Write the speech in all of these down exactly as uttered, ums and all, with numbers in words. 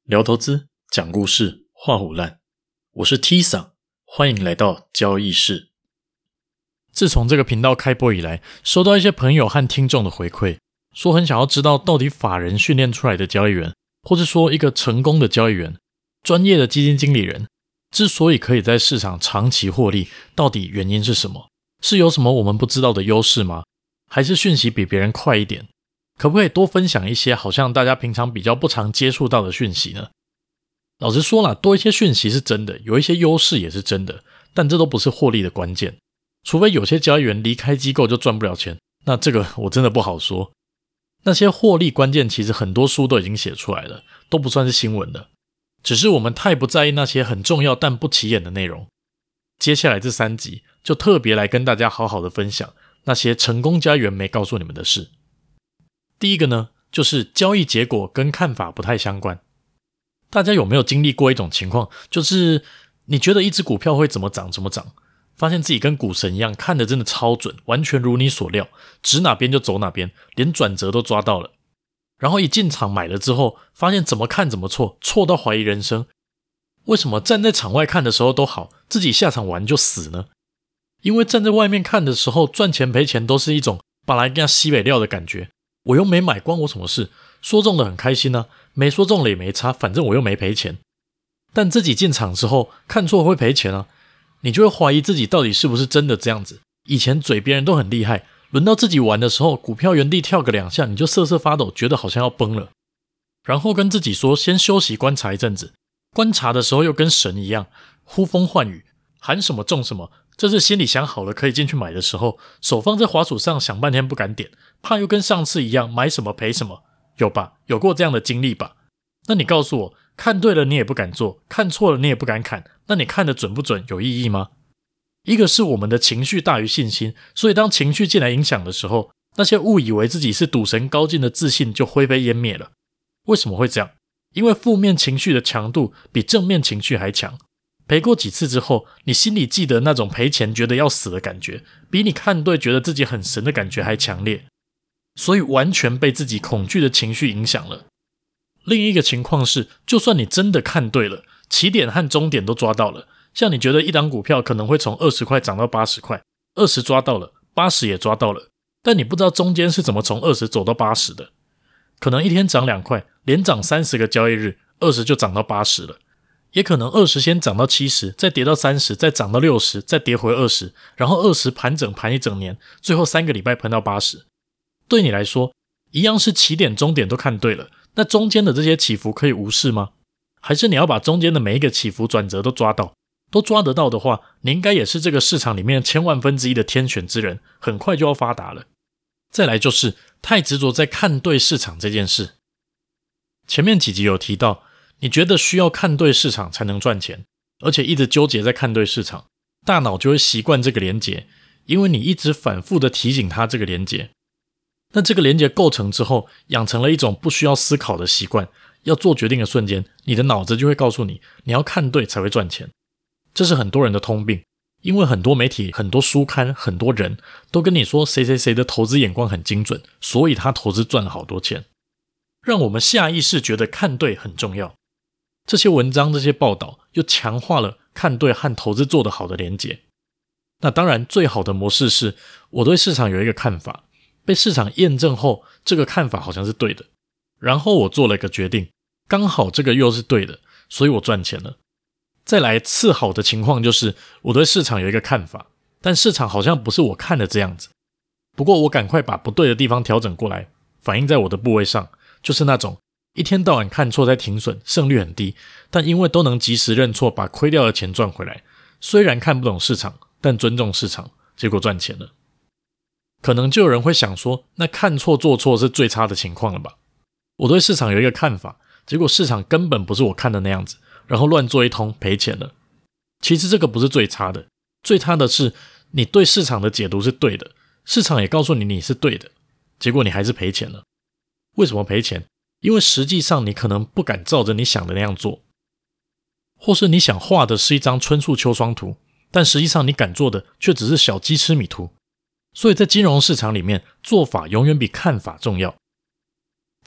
聊投资，讲故事，画虎烂。我是 T 桑，欢迎来到交易室。自从这个频道开播以来，收到一些朋友和听众的回馈，说很想要知道到底法人训练出来的交易员，或是说一个成功的交易员、专业的基金经理人，之所以可以在市场长期获利，到底原因是什么？是有什么我们不知道的优势吗？还是讯息比别人快一点？可不可以多分享一些好像大家平常比较不常接触到的讯息呢？老实说啦，多一些讯息是真的，有一些优势也是真的，但这都不是获利的关键。除非有些交易员离开机构就赚不了钱，那这个我真的不好说。那些获利关键其实很多书都已经写出来了，都不算是新闻的，只是我们太不在意那些很重要但不起眼的内容。接下来这三集就特别来跟大家好好的分享那些成功交易员没告诉你们的事。第一个呢，就是交易结果跟看法不太相关。大家有没有经历过一种情况，就是你觉得一只股票会怎么涨怎么涨，发现自己跟股神一样，看得真的超准，完全如你所料，指哪边就走哪边，连转折都抓到了。然后一进场买了之后，发现怎么看怎么错，错到怀疑人生。为什么站在场外看的时候都好，自己下场玩就死呢？因为站在外面看的时候，赚钱赔钱都是一种把来跟西北料的感觉，我又没买，关我什么事？说中了很开心啊，没说中了也没差，反正我又没赔钱。但自己进场之后，看错会赔钱啊，你就会怀疑自己到底是不是真的这样子。以前嘴别人都很厉害，轮到自己玩的时候，股票原地跳个两下，你就瑟瑟发抖，觉得好像要崩了。然后跟自己说，先休息观察一阵子，观察的时候又跟神一样，呼风唤雨，喊什么中什么。这是心里想好了可以进去买的时候，手放在滑鼠上想半天不敢点，怕又跟上次一样买什么赔什么。有吧？有过这样的经历吧？那你告诉我，看对了你也不敢做，看错了你也不敢砍，那你看得准不准，有意义吗？一个是我们的情绪大于信心，所以当情绪进来影响的时候，那些误以为自己是赌神高进的自信就灰飞烟灭了。为什么会这样？因为负面情绪的强度比正面情绪还强。赔过几次之后，你心里记得那种赔钱觉得要死的感觉，比你看对觉得自己很神的感觉还强烈。所以完全被自己恐惧的情绪影响了。另一个情况是，就算你真的看对了，起点和终点都抓到了，像你觉得一档股票可能会从二十块涨到八十块，二十抓到了，八十也抓到了，但你不知道中间是怎么从二十走到八十的。可能一天涨两块，连涨三十个交易日，二十就涨到八十了。也可能二十先涨到七十，再跌到三十，再涨到六十，再跌回二十，然后二十盘整盘一整年，最后三个礼拜喷到八十。对你来说，一样是起点终点都看对了，那中间的这些起伏可以无视吗？还是你要把中间的每一个起伏转折都抓到？都抓得到的话，你应该也是这个市场里面千万分之一的天选之人，很快就要发达了。再来就是太执着在看对市场这件事。前面几集有提到，你觉得需要看对市场才能赚钱，而且一直纠结在看对市场，大脑就会习惯这个连结，因为你一直反复的提醒它这个连结。那这个连结构成之后，养成了一种不需要思考的习惯，要做决定的瞬间，你的脑子就会告诉你，你要看对才会赚钱。这是很多人的通病，因为很多媒体、很多书刊、很多人都跟你说谁谁谁的投资眼光很精准，所以他投资赚了好多钱，让我们下意识觉得看对很重要。这些文章、这些报道又强化了看对和投资做得好的连结。那当然最好的模式是，我对市场有一个看法，被市场验证后，这个看法好像是对的，然后我做了一个决定，刚好这个又是对的，所以我赚钱了。再来次好的情况就是，我对市场有一个看法，但市场好像不是我看的这样子，不过我赶快把不对的地方调整过来，反映在我的部位上，就是那种一天到晚看错在停损，胜率很低，但因为都能及时认错，把亏掉的钱赚回来，虽然看不懂市场，但尊重市场，结果赚钱了。可能就有人会想说，那看错做错是最差的情况了吧？我对市场有一个看法，结果市场根本不是我看的那样子，然后乱做一通赔钱了。其实这个不是最差的，最差的是你对市场的解读是对的，市场也告诉你你是对的，结果你还是赔钱了。为什么赔钱？因为实际上你可能不敢照着你想的那样做，或是你想画的是一张春树秋霜图，但实际上你敢做的却只是小鸡吃米图。所以在金融市场里面，做法永远比看法重要。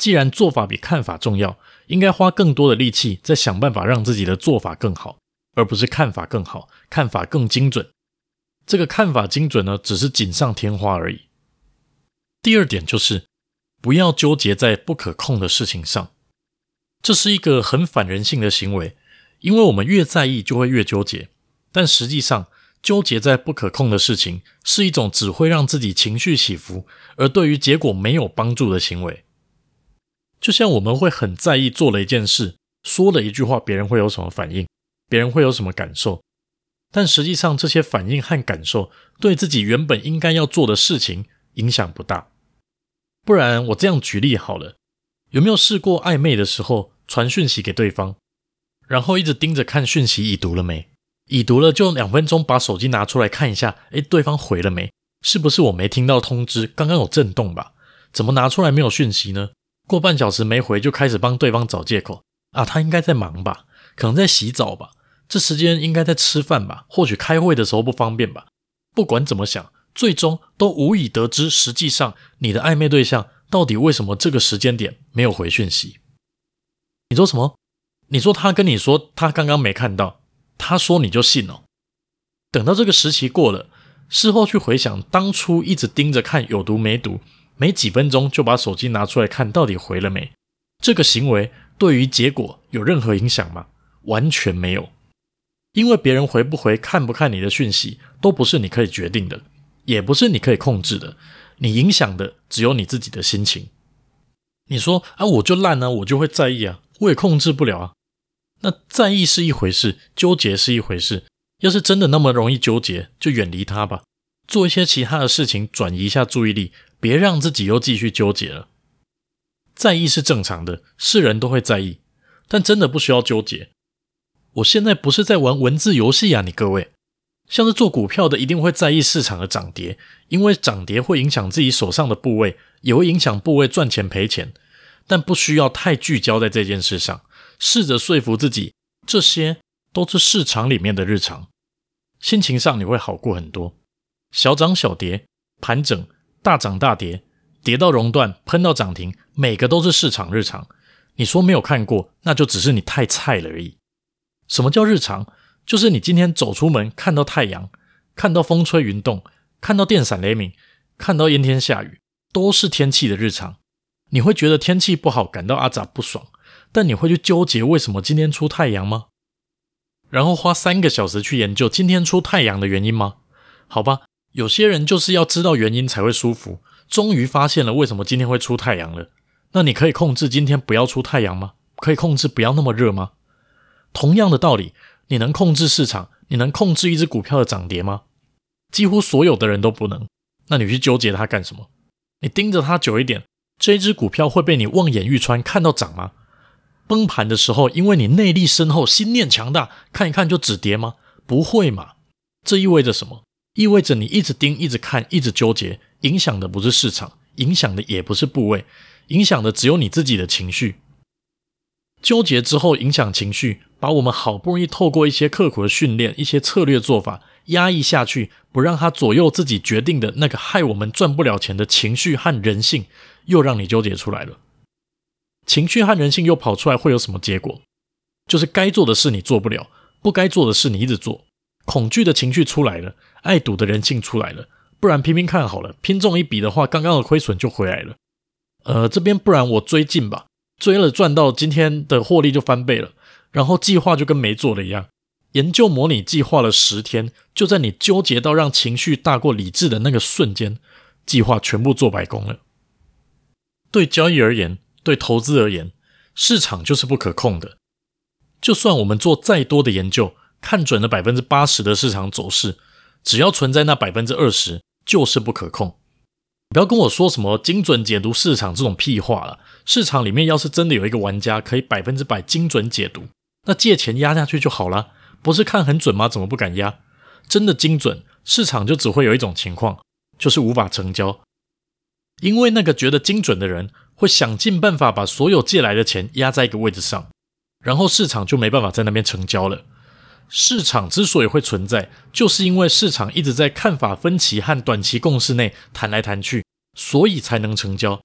既然做法比看法重要，应该花更多的力气在想办法让自己的做法更好，而不是看法更好，看法更精准。这个看法精准呢，只是锦上添花而已。第二点就是不要纠结在不可控的事情上，这是一个很反人性的行为，因为我们越在意就会越纠结，但实际上纠结在不可控的事情是一种只会让自己情绪起伏，而对于结果没有帮助的行为。就像我们会很在意做了一件事，说了一句话，别人会有什么反应，别人会有什么感受，但实际上这些反应和感受对自己原本应该要做的事情影响不大。不然我这样举例好了，有没有试过暧昧的时候传讯息给对方，然后一直盯着看讯息已读了没，已读了就两分钟把手机拿出来看一下，诶，对方回了没？是不是我没听到通知，刚刚有震动吧？怎么拿出来没有讯息呢？过半小时没回就开始帮对方找借口啊，他应该在忙吧，可能在洗澡吧，这时间应该在吃饭吧，或许开会的时候不方便吧。不管怎么想，最终都无以得知实际上你的暧昧对象到底为什么这个时间点没有回讯息。你说什么？你说他跟你说他刚刚没看到，他说你就信哦？等到这个时期过了，事后去回想当初一直盯着看有读没读，没几分钟就把手机拿出来看到底回了没，这个行为对于结果有任何影响吗？完全没有。因为别人回不回看不看你的讯息都不是你可以决定的，也不是你可以控制的，你影响的只有你自己的心情。你说啊，我就烂啊，我就会在意啊，我也控制不了啊。那在意是一回事，纠结是一回事，要是真的那么容易纠结，就远离它吧，做一些其他的事情转移一下注意力，别让自己又继续纠结了。在意是正常的，是人都会在意，但真的不需要纠结。我现在不是在玩文字游戏啊，你各位。像是做股票的一定会在意市场的涨跌，因为涨跌会影响自己手上的部位，也会影响部位赚钱赔钱，但不需要太聚焦在这件事上，试着说服自己，这些都是市场里面的日常，心情上你会好过很多。小涨小跌，盘整，大涨大跌，跌到熔断，喷到涨停，每个都是市场日常。你说没有看过，那就只是你太菜了而已。什么叫日常？就是你今天走出门看到太阳，看到风吹云动，看到电闪雷鸣，看到阴天下雨，都是天气的日常。你会觉得天气不好感到阿杂不爽，但你会去纠结为什么今天出太阳吗？然后花三个小时去研究今天出太阳的原因吗？好吧，有些人就是要知道原因才会舒服，终于发现了为什么今天会出太阳了。那你可以控制今天不要出太阳吗？可以控制不要那么热吗？同样的道理，你能控制市场，你能控制一只股票的涨跌吗？几乎所有的人都不能。那你去纠结它干什么？你盯着它久一点，这一只股票会被你望眼欲穿看到涨吗？崩盘的时候，因为你内力深厚，心念强大，看一看就止跌吗？不会嘛。这意味着什么？意味着你一直盯，一直看，一直纠结，影响的不是市场，影响的也不是部位，影响的只有你自己的情绪。纠结之后影响情绪，把我们好不容易透过一些刻苦的训练，一些策略做法压抑下去，不让它左右自己决定的那个害我们赚不了钱的情绪和人性，又让你纠结出来了。情绪和人性又跑出来会有什么结果？就是该做的事你做不了，不该做的事你一直做，恐惧的情绪出来了，爱赌的人性出来了，不然拼拼看好了，拼中一笔的话，刚刚的亏损就回来了。呃，这边不然我追进吧，追了赚到今天的获利就翻倍了，然后计划就跟没做的一样。研究模拟计划了十天，就在你纠结到让情绪大过理智的那个瞬间，计划全部做白工了。对交易而言，对投资而言，市场就是不可控的。就算我们做再多的研究，看准了 百分之八十 的市场走势，只要存在那 百分之二十 就是不可控。不要跟我说什么精准解读市场这种屁话了。市场里面要是真的有一个玩家可以百分之百精准解读，那借钱压下去就好了。不是看很准吗？怎么不敢压？真的精准，市场就只会有一种情况，就是无法成交。因为那个觉得精准的人会想尽办法把所有借来的钱压在一个位置上，然后市场就没办法在那边成交了。市场之所以会存在，就是因为市场一直在看法分歧和短期共识内弹来弹去，所以才能成交。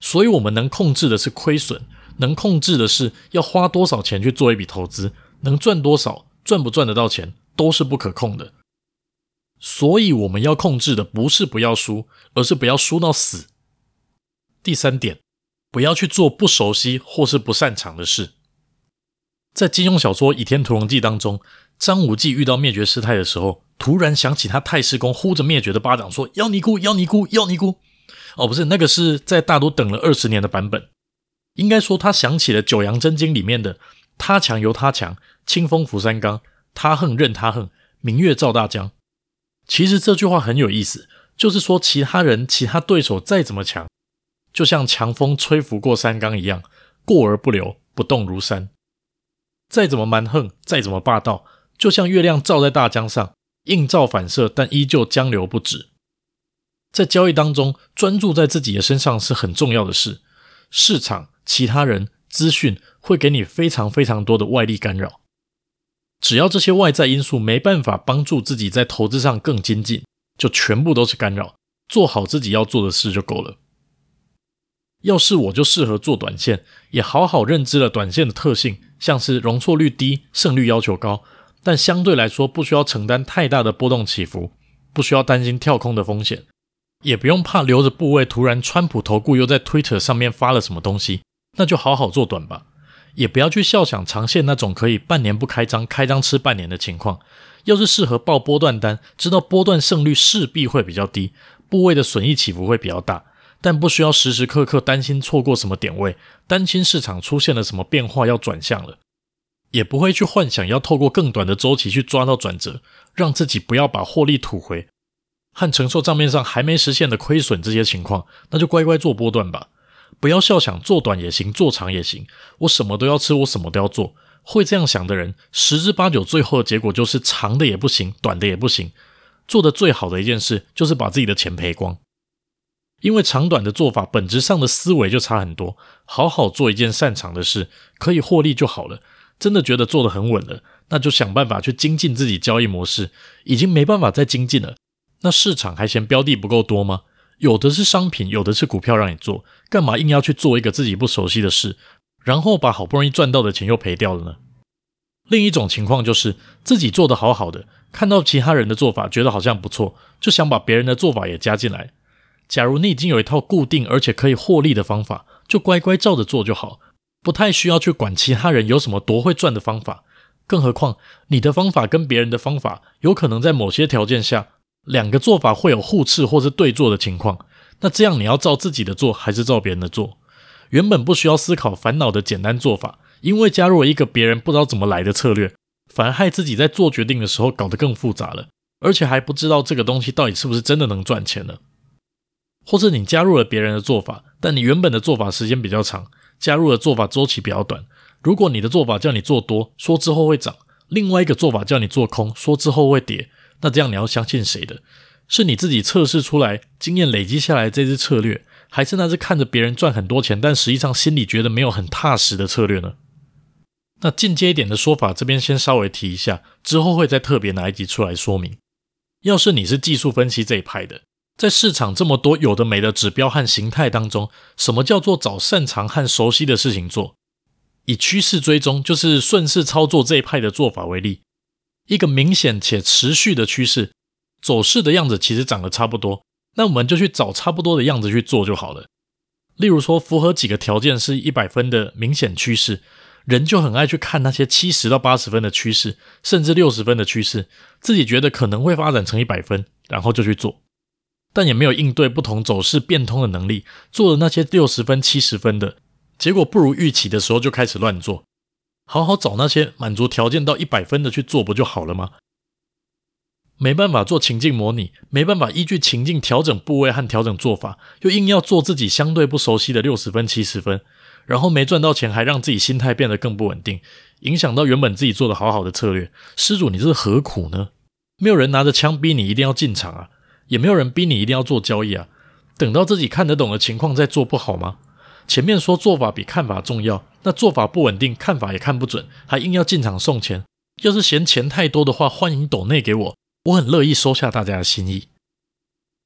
所以我们能控制的是亏损，能控制的是要花多少钱去做一笔投资，能赚多少，赚不赚得到钱都是不可控的。所以我们要控制的不是不要输，而是不要输到死。第三点，不要去做不熟悉或是不擅长的事。在金庸小说《倚天屠龙记》当中，张无忌遇到灭绝师太的时候，突然想起他太师公呼着灭绝的巴掌说要尼姑要尼姑要尼姑。哦，不是，那个是在大都等了二十年的版本。应该说他想起了九阳真经里面的他强由他强，清风拂山岗，他横任他横，明月照大江。其实这句话很有意思，就是说其他人其他对手再怎么强，就像强风吹拂过山岗一样，过而不流，不动如山。再怎么蛮横，再怎么霸道，就像月亮照在大江上，映照反射，但依旧江流不止。在交易当中，专注在自己的身上是很重要的事。市场、其他人、资讯会给你非常非常多的外力干扰。只要这些外在因素没办法帮助自己在投资上更精进，就全部都是干扰，做好自己要做的事就够了。要是我就适合做短线，也好好认知了短线的特性，像是容错率低，胜率要求高，但相对来说不需要承担太大的波动起伏，不需要担心跳空的风险，也不用怕留着部位突然川普投顾又在 Twitter 上面发了什么东西，那就好好做短吧。也不要去笑想长线那种可以半年不开张，开张吃半年的情况。要是适合报波段单，知道波段胜率势必会比较低，部位的损益起伏会比较大，但不需要时时刻刻担心错过什么点位，担心市场出现了什么变化要转向了，也不会去幻想要透过更短的周期去抓到转折，让自己不要把获利吐回和承受账面上还没实现的亏损这些情况，那就乖乖做波段吧。不要笑想做短也行，做长也行，我什么都要吃，我什么都要做。会这样想的人，十之八九最后的结果就是长的也不行，短的也不行。做的最好的一件事就是把自己的钱赔光。因为长短的做法本质上的思维就差很多，好好做一件擅长的事，可以获利就好了。真的觉得做得很稳了，那就想办法去精进自己交易模式。已经没办法再精进了，那市场还嫌标的不够多吗？有的是商品，有的是股票让你做，干嘛硬要去做一个自己不熟悉的事，然后把好不容易赚到的钱又赔掉了呢？另一种情况就是自己做得好好的，看到其他人的做法觉得好像不错，就想把别人的做法也加进来。假如你已经有一套固定而且可以获利的方法，就乖乖照着做就好，不太需要去管其他人有什么多会赚的方法。更何况你的方法跟别人的方法有可能在某些条件下，两个做法会有互斥或是对做的情况，那这样你要照自己的做还是照别人的做？原本不需要思考烦恼的简单做法，因为加入了一个别人不知道怎么来的策略，反而害自己在做决定的时候搞得更复杂了，而且还不知道这个东西到底是不是真的能赚钱了。或是你加入了别人的做法，但你原本的做法时间比较长，加入的做法周期比较短。如果你的做法叫你做多，说之后会涨，另外一个做法叫你做空，说之后会跌，那这样你要相信谁的？是你自己测试出来经验累积下来这支策略，还是那是看着别人赚很多钱但实际上心里觉得没有很踏实的策略呢？那进阶一点的说法这边先稍微提一下，之后会再特别拿一集出来说明。要是你是技术分析这一派的，在市场这么多有的没的指标和形态当中，什么叫做找擅长和熟悉的事情做？以趋势追踪，就是顺势操作这一派的做法为例，一个明显且持续的趋势，走势的样子其实长得差不多，那我们就去找差不多的样子去做就好了。例如说符合几个条件是一百分的明显趋势，人就很爱去看那些七十到八十分的趋势，甚至六十分的趋势，自己觉得可能会发展成一百分，然后就去做，但也没有应对不同走势变通的能力，做了那些六十分七十分的，结果不如预期的时候就开始乱做。好好找那些满足条件到一百分的去做不就好了吗？没办法做情境模拟，没办法依据情境调整部位和调整做法，又硬要做自己相对不熟悉的六十分七十分，然后没赚到钱还让自己心态变得更不稳定，影响到原本自己做的好好的策略。施主，你这是何苦呢？没有人拿着枪逼你一定要进场啊，也没有人逼你一定要做交易啊，等到自己看得懂的情况再做不好吗？前面说做法比看法重要，那做法不稳定，看法也看不准，还硬要进场送钱。要是嫌钱太多的话，欢迎抖内给我，我很乐意收下大家的心意。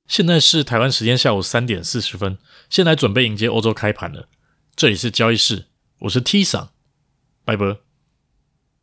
现在是台湾时间下午三点四十分，现在准备迎接欧洲开盘了。这里是交易室，我是 T 桑，拜拜。